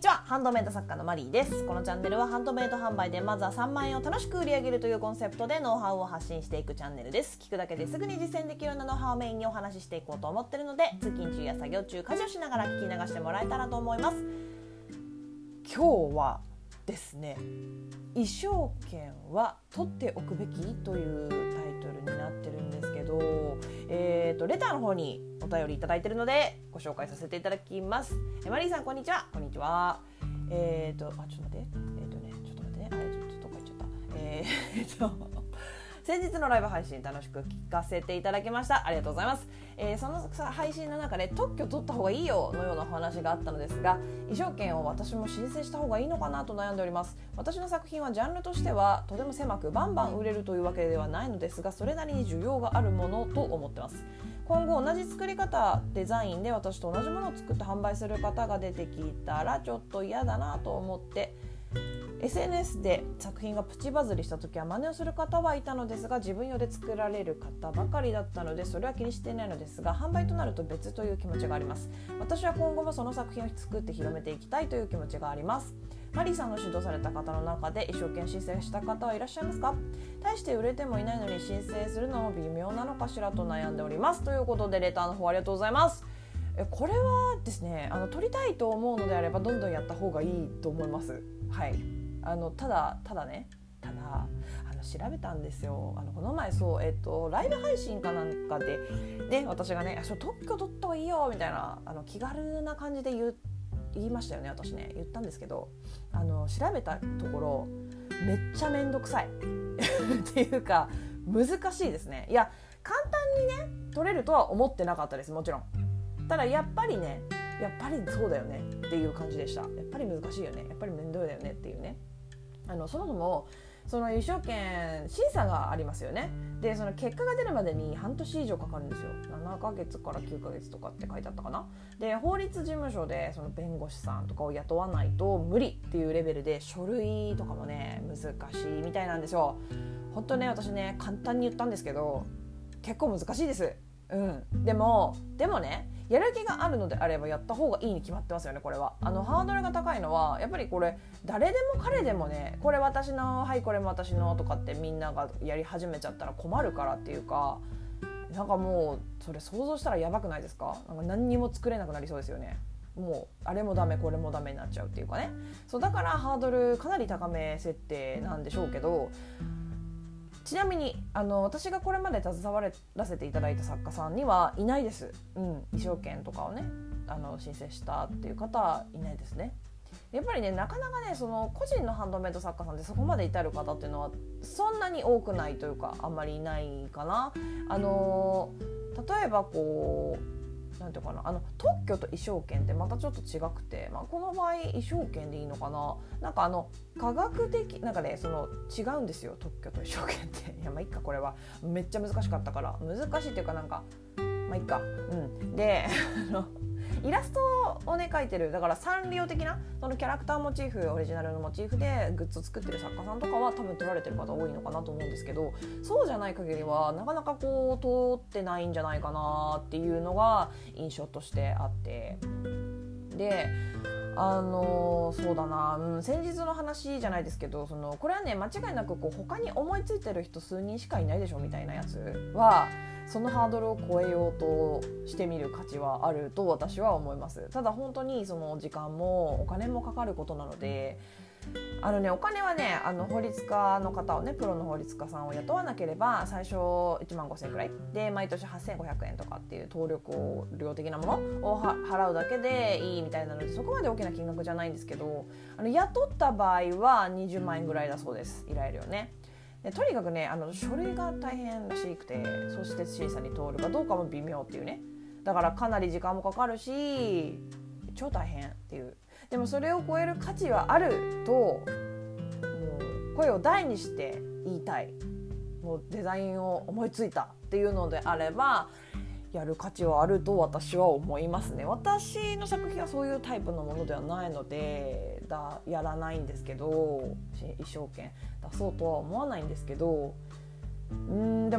ちは、ハンドメイド作家のマリーです。このチャンネルはハンドメイド販売でまずは3万円を楽しく売り上げるというコンセプトでノウハウを発信していくチャンネルです。聞くだけですぐに実践できるようなノウハウをメインにお話ししていこうと思っているので、通勤中や作業中、家事をしながら聞き流してもらえたらと思います。今日はですね、衣装券は取っておくべきというタイトルになってるんですけど、レターの方にお便りいただいているのでご紹介させていただきます。マリーさん、こんにちは。こんにちは。ちょっと待って。ちょっと待ってね。ちょっと書いちゃった。先日のライブ配信楽しく聞かせていただきました。ありがとうございます。その配信の中で特許取った方がいいよのようなお話があったのですが、衣装権を私も申請した方がいいのかなと悩んでおります。私の作品はジャンルとしてはとても狭くバンバン売れるというわけではないのですが、それなりに需要があるものと思ってます。今後同じ作り方デザインで私と同じものを作って販売する方が出てきたらちょっと嫌だなと思って、SNS で作品がプチバズりした時は真似をする方はいたのですが、自分用で作られる方ばかりだったのでそれは気にしていないのですが、販売となると別という気持ちがあります。私は今後もその作品を作って広めていきたいという気持ちがあります。マリーさんの指導された方の中で衣装権申請した方はいらっしゃいますか？大して売れてもいないのに申請するのも微妙なのかしらと悩んでおります。ということでレターの方ありがとうございます。これはですね、取りたいと思うのであればどんどんやった方がいいと思います。はい。ただ調べたんですよ。この前ライブ配信かなんかでね、私がね特許取った方がいいよみたいな気軽な感じで言いましたよね。私ね言ったんですけど、調べたところめっちゃめんどくさいっていうか難しいですね。いや簡単にね取れるとは思ってなかったです。もちろん。ただやっぱりそうだよねっていう感じでした。やっぱり難しいよね、やっぱり面倒だよねっていうね。そもそもその衣装権審査がありますよね。でその結果が出るまでに半年以上かかるんですよ。7ヶ月から9ヶ月とかって書いてあったかな。で法律事務所でその弁護士さんとかを雇わないと無理っていうレベルで、書類とかもね難しいみたいなんですよ。本当ね、私ね簡単に言ったんですけど結構難しいです。でもね、やる気があるのであればやった方がいいに決まってますよね。これはハードルが高いのはやっぱりこれ誰でも彼でもね、これ私のはいこれも私のとかってみんながやり始めちゃったら困るからっていうか、なんかもうそれ想像したらやばくないですか？なんか何にも作れなくなりそうですよね。もうあれもダメこれもダメになっちゃうっていうかね。そうだからハードルかなり高め設定なんでしょうけど、ちなみに私がこれまで携わらせていただいた作家さんにはいないです。衣装権とかをね申請したっていう方はいないですね。やっぱりねなかなかねその個人のハンドメイド作家さんでそこまで至る方っていうのはそんなに多くないというか、あんまりいないかな。例えばこうなんていうかな、特許と衣装権ってまたちょっと違くて、この場合衣装権でいいのかな。なんか科学的なんかね違うんですよ、特許と衣装権って。いやいっか、これはめっちゃ難しかったから難しいっていうかなんかいっか。でイラストをね描いてる、だからサンリオ的なそのキャラクターモチーフ、オリジナルのモチーフでグッズを作ってる作家さんとかは多分撮られてる方多いのかなと思うんですけど、そうじゃない限りはなかなかこう通ってないんじゃないかなっていうのが印象としてあって、でそうだな、先日の話じゃないですけど、これはね間違いなく他に思いついてる人数人しかいないでしょみたいなやつはそのハードルを超えようとしてみる価値はあると私は思います。ただ本当にその時間もお金もかかることなので、お金はね法律家の方をね、プロの法律家さんを雇わなければ最初1万5,000円くらいで毎年8,500円とかっていう登録料的なものを払うだけでいいみたいなので、そこまで大きな金額じゃないんですけど、雇った場合は20万円ぐらいだそうです、依頼料ね。でとにかくね書類が大変らしくて、そして審査に通るかどうかも微妙っていうね。だからかなり時間もかかるし超大変っていう。でもそれを超える価値はあるともう声を大にして言いたい。もうデザインを思いついたっていうのであればやる価値はあると私は思いますね。私の作品はそういうタイプのものではないのでやらないんですけど、衣装権出そうとは思わないんですけど、でも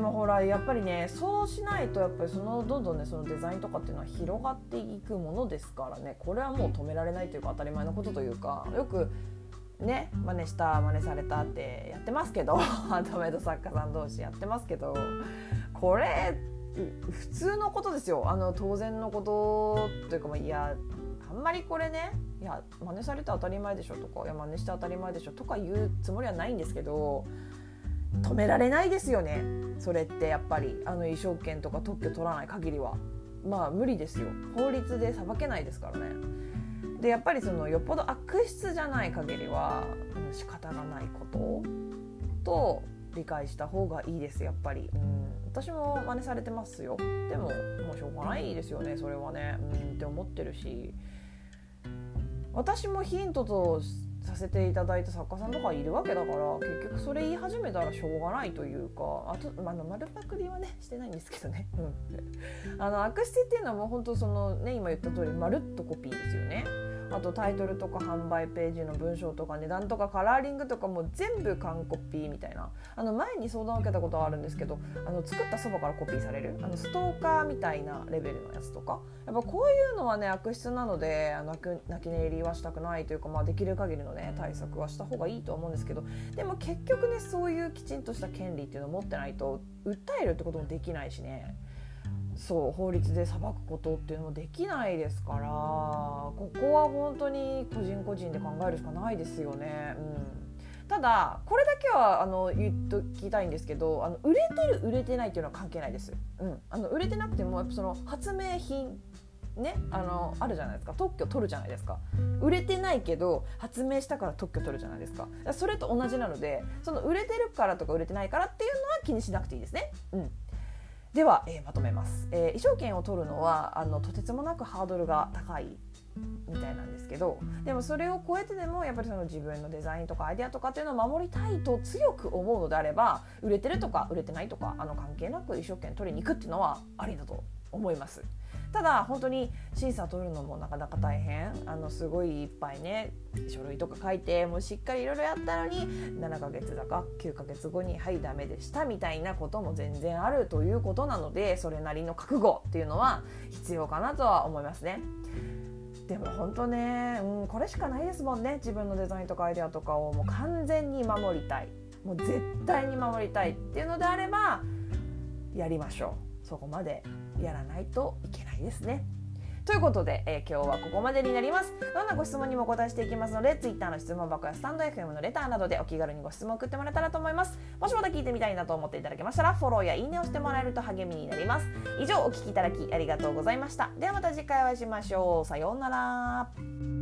もほらやっぱりね、そうしないとやっぱりどんどんねそのデザインとかっていうのは広がっていくものですからね、これはもう止められないというか当たり前のことというか、よくね真似した真似されたってやってますけどハンドメイド作家さん同士やってますけど、これ普通のことですよ。当然のことというか、いやあんまりこれね、いや真似されて当たり前でしょとか、いや真似して当たり前でしょとか言うつもりはないんですけど、止められないですよね。それってやっぱり衣装権とか特許取らない限りは無理ですよ。法律で裁けないですからね。でやっぱりよっぽど悪質じゃない限りは仕方がないことと理解した方がいいです。やっぱり、私も真似されてますよ。でももうしょうがないですよね、それはね、って思ってるし、私もヒントとさせていただいた作家さんとかいるわけだから、結局それ言い始めたらしょうがないというか、あと丸パクリはねしてないんですけどね、悪質っていうのはもう本当今言った通りまるっとコピーですよね。あとタイトルとか販売ページの文章とか値段とかカラーリングとかも全部完コピーみたいな、前に相談を受けたことはあるんですけど、作ったそばからコピーされるストーカーみたいなレベルのやつとか、やっぱこういうのはね悪質なので泣き寝入りはしたくないというか、できる限りのね対策はした方がいいと思うんですけど、でも結局ねそういうきちんとした権利っていうのを持ってないと訴えるってこともできないしね、そう法律で裁くことっていうのもできないですから、ここは本当に個人個人で考えるしかないですよね。ただこれだけは言っときたいんですけど、売れてる売れてないっていうのは関係ないです。売れてなくてもやっぱ発明品ね、あるじゃないですか。特許取るじゃないですか。売れてないけど発明したから特許取るじゃないですか。それと同じなので、売れてるからとか売れてないからっていうのは気にしなくていいですね。では、まとめます。衣装権を取るのはとてつもなくハードルが高いみたいなんですけど、でもそれを超えてでもやっぱり自分のデザインとかアイデアとかっていうのを守りたいと強く思うのであれば、売れてるとか売れてないとか関係なく衣装権取りに行くっていうのはありだと思います。ただ本当に審査取るのもなかなか大変、すごいいっぱいね書類とか書いてもうしっかりいろいろやったのに7ヶ月だか9ヶ月後にはいダメでしたみたいなことも全然あるということなので、それなりの覚悟っていうのは必要かなとは思いますね。でも本当ね、これしかないですもんね。自分のデザインとかアイデアとかをもう完全に守りたい、もう絶対に守りたいっていうのであればやりましょう。そこまでやらないといけないですね。ということで、今日はここまでになります。どんなご質問にもお答えしていきますので、Twitter の質問箱やスタンド FM のレターなどでお気軽にご質問を送ってもらえたらと思います。もしまた聞いてみたいなと思っていただけましたらフォローやいいねをしてもらえると励みになります。以上お聞きいただきありがとうございました。ではまた次回お会いしましょう。さようなら。